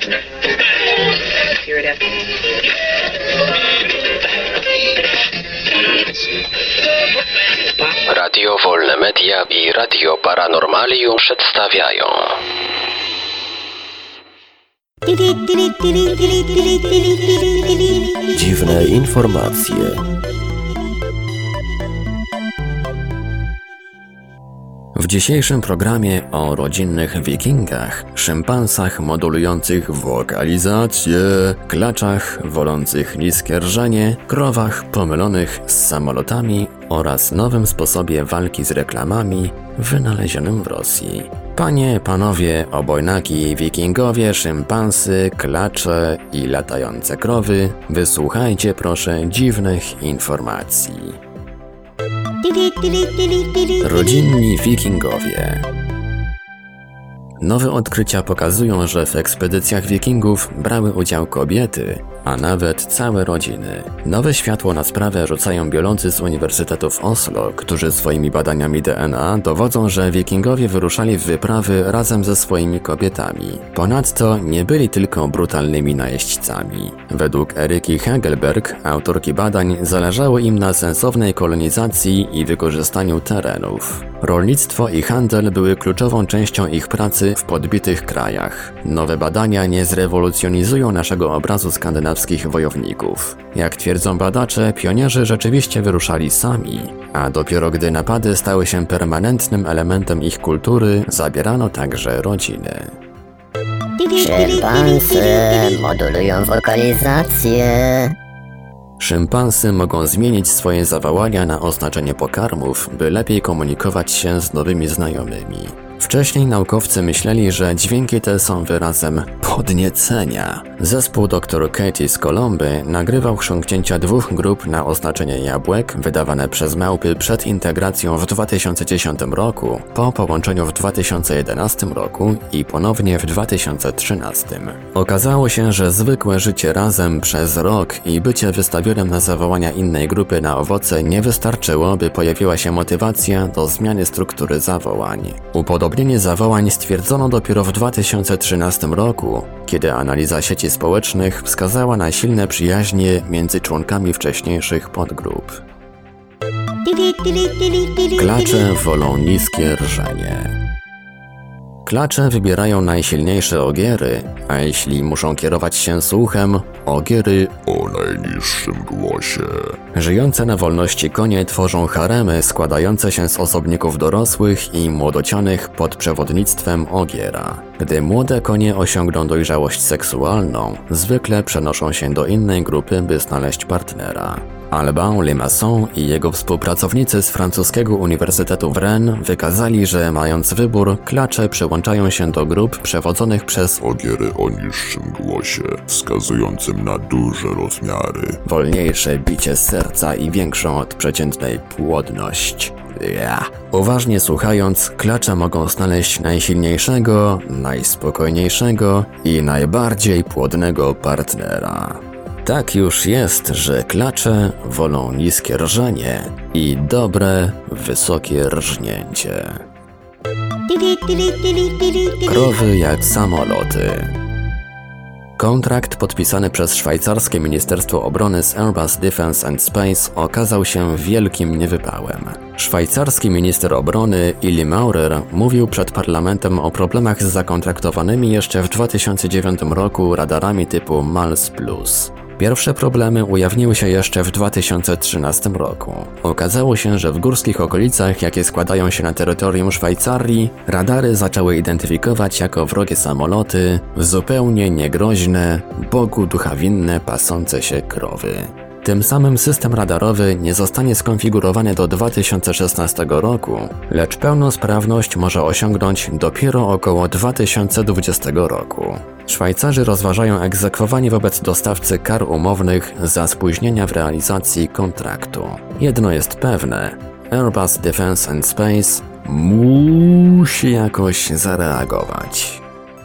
Radio Wolne Media i Radio Paranormalium przedstawiają dziwne informacje. W dzisiejszym programie o rodzinnych wikingach, szympansach modulujących wokalizację, klaczach wolących niskie rżenie, krowach pomylonych z samolotami oraz nowym sposobie walki z reklamami wynalezionym w Rosji. Panie, panowie, obojnaki, wikingowie, szympansy, klacze i latające krowy, wysłuchajcie proszę dziwnych informacji. Rodzinni wikingowie. Nowe odkrycia pokazują, że w ekspedycjach wikingów brały udział kobiety, a nawet całe rodziny. Nowe światło na sprawę rzucają biolodzy z Uniwersytetu w Oslo, którzy swoimi badaniami DNA dowodzą, że wikingowie wyruszali w wyprawy razem ze swoimi kobietami. Ponadto nie byli tylko brutalnymi najeźdźcami. Według Eryki Hegelberg, autorki badań, zależało im na sensownej kolonizacji i wykorzystaniu terenów. Rolnictwo i handel były kluczową częścią ich pracy w podbitych krajach. Nowe badania nie zrewolucjonizują naszego obrazu skandynawskich wojowników. Jak twierdzą badacze, pionierzy rzeczywiście wyruszali sami, a dopiero gdy napady stały się permanentnym elementem ich kultury, zabierano także rodziny. Szympansy modulują wokalizację. Szympansy mogą zmienić swoje zawołania na oznaczenie pokarmów, by lepiej komunikować się z nowymi znajomymi. Wcześniej naukowcy myśleli, że dźwięki te są wyrazem podniecenia. Zespół dr Katie z Kolumby nagrywał chrząknięcia dwóch grup na oznaczenie jabłek wydawane przez małpy przed integracją w 2010 roku, po połączeniu w 2011 roku i ponownie w 2013. Okazało się, że zwykłe życie razem przez rok i bycie wystawionym na zawołania innej grupy na owoce nie wystarczyło, by pojawiła się motywacja do zmiany struktury zawołań. Upodobnienie zawołań stwierdzono dopiero w 2013 roku, kiedy analiza sieci społecznych wskazała na silne przyjaźnie między członkami wcześniejszych podgrup. Klacze wolą niskie rżenie. Klacze wybierają najsilniejsze ogiery, a jeśli muszą kierować się słuchem, ogiery o najniższym głosie. Żyjące na wolności konie tworzą haremy składające się z osobników dorosłych i młodocianych pod przewodnictwem ogiera. Gdy młode konie osiągną dojrzałość seksualną, zwykle przenoszą się do innej grupy, by znaleźć partnera. Alban Limassol i jego współpracownicy z francuskiego Uniwersytetu w Rennes wykazali, że mając wybór, klacze przyłączają się do grup przewodzonych przez ogiery o niższym głosie, wskazującym na duże rozmiary, wolniejsze bicie serca i większą od przeciętnej płodność. Uważnie słuchając, klacze mogą znaleźć najsilniejszego, najspokojniejszego i najbardziej płodnego partnera. Tak już jest, że klacze wolą niskie rżenie i dobre, wysokie rżnięcie. Krowy jak samoloty. Kontrakt podpisany przez szwajcarskie Ministerstwo Obrony z Airbus Defence and Space okazał się wielkim niewypałem. Szwajcarski minister obrony Willy Maurer mówił przed parlamentem o problemach z zakontraktowanymi jeszcze w 2009 roku radarami typu MALS+. Pierwsze problemy ujawniły się jeszcze w 2013 roku. Okazało się, że w górskich okolicach, jakie składają się na terytorium Szwajcarii, radary zaczęły identyfikować jako wrogie samoloty, zupełnie niegroźne, Bogu ducha winne pasące się krowy. Tym samym system radarowy nie zostanie skonfigurowany do 2016 roku, lecz pełną sprawność może osiągnąć dopiero około 2020 roku. Szwajcarzy rozważają egzekwowanie wobec dostawcy kar umownych za spóźnienia w realizacji kontraktu. Jedno jest pewne, Airbus Defence and Space musi jakoś zareagować.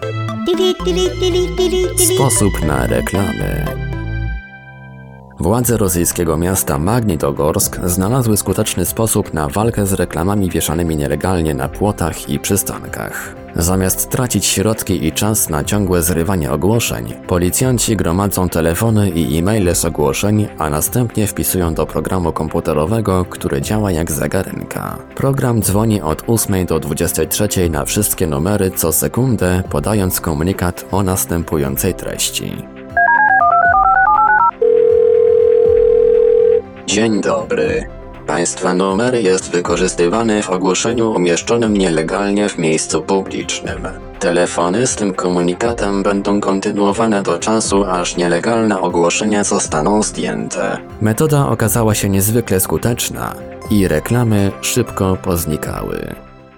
Sposób na reklamy. Władze rosyjskiego miasta Magnitogorsk znalazły skuteczny sposób na walkę z reklamami wieszanymi nielegalnie na płotach i przystankach. Zamiast tracić środki i czas na ciągłe zrywanie ogłoszeń, policjanci gromadzą telefony i e-maile z ogłoszeń, a następnie wpisują do programu komputerowego, który działa jak zegarynka. Program dzwoni od 8 do 23 na wszystkie numery co sekundę, podając komunikat o następującej treści. Dzień dobry. Państwa numer jest wykorzystywany w ogłoszeniu umieszczonym nielegalnie w miejscu publicznym. Telefony z tym komunikatem będą kontynuowane do czasu, aż nielegalne ogłoszenia zostaną zdjęte. Metoda okazała się niezwykle skuteczna i reklamy szybko poznikały.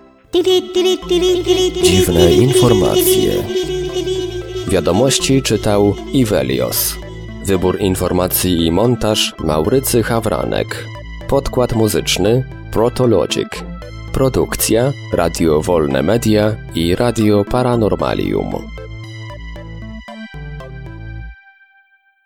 Dziwne informacje. Wiadomości czytał Ivelios. Wybór informacji i montaż Maurycy Hawranek. Podkład muzyczny Protologic. Produkcja Radio Wolne Media i Radio Paranormalium.